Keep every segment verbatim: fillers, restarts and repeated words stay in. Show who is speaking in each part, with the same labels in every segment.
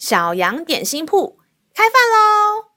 Speaker 1: 小羊点心铺开饭喽！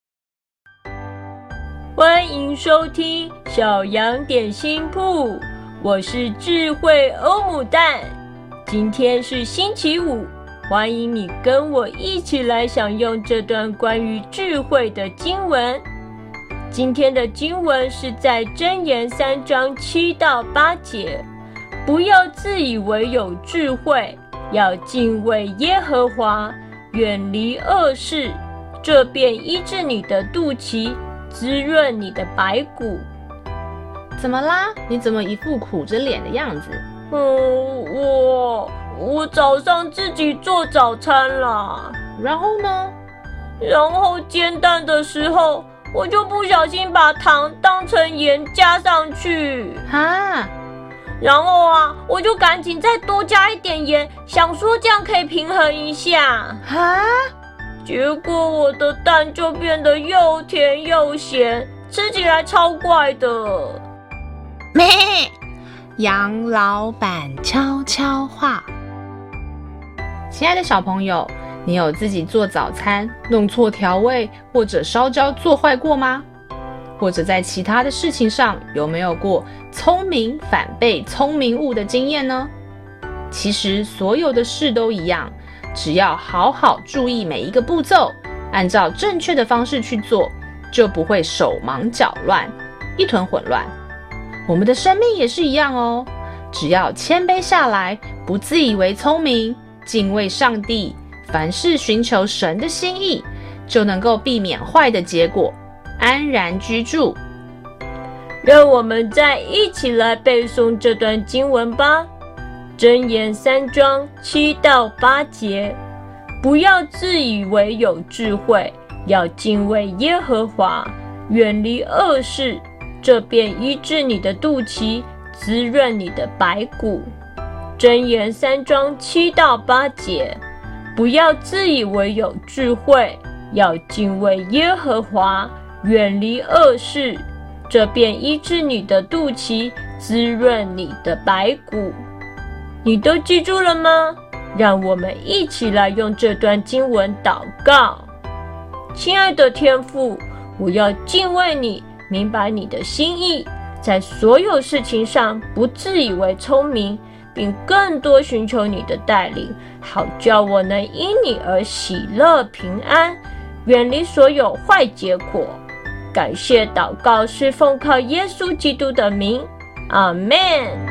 Speaker 2: 欢迎收听小羊点心铺，我是智慧欧姆蛋。今天是星期五，欢迎你跟我一起来享用这段关于智慧的经文。今天的经文是在箴言三章七到八节，不要自以为有智慧，要敬畏耶和华，远离恶事，这便医治你的肚脐，滋润你的白骨。
Speaker 1: 怎么啦？你怎么一副苦着脸的样子？
Speaker 2: 嗯，我我早上自己做早餐啦。
Speaker 1: 然后呢？
Speaker 2: 然后煎蛋的时候，我就不小心把糖当成盐加上去。
Speaker 1: 哈？
Speaker 2: 然后啊，我就赶紧再多加一点盐，想说这样可以平衡一下。
Speaker 1: 哈？
Speaker 2: 结果我的蛋就变得又甜又咸，吃起来超怪的。
Speaker 1: 咩！杨老板悄悄话。亲爱的小朋友，你有自己做早餐，弄错调味，或者烧焦做坏过吗？或者在其他的事情上，有没有过聪明反被聪明误的经验呢？其实所有的事都一样，只要好好注意每一个步骤，按照正确的方式去做，就不会手忙脚乱，一团混乱。我们的生命也是一样哦，只要谦卑下来，不自以为聪明，敬畏上帝，凡事寻求神的心意，就能够避免坏的结果，安然居住。
Speaker 2: 让我们再一起来背诵这段经文吧。箴言三章七到八节，不要自以为有智慧，要敬畏耶和华，远离恶事，这便医治你的肚脐，滋润你的白骨。箴言三章七到八节，不要自以为有智慧，要敬畏耶和华，远离恶事，这便医治你的肚脐，滋润你的白骨。你都记住了吗？让我们一起来用这段经文祷告。亲爱的天父，我要敬畏你，明白你的心意，在所有事情上不自以为聪明，并更多寻求你的带领，好叫我能因你而喜乐平安，远离所有坏结果。感谢祷告是奉靠耶稣基督的名，阿们。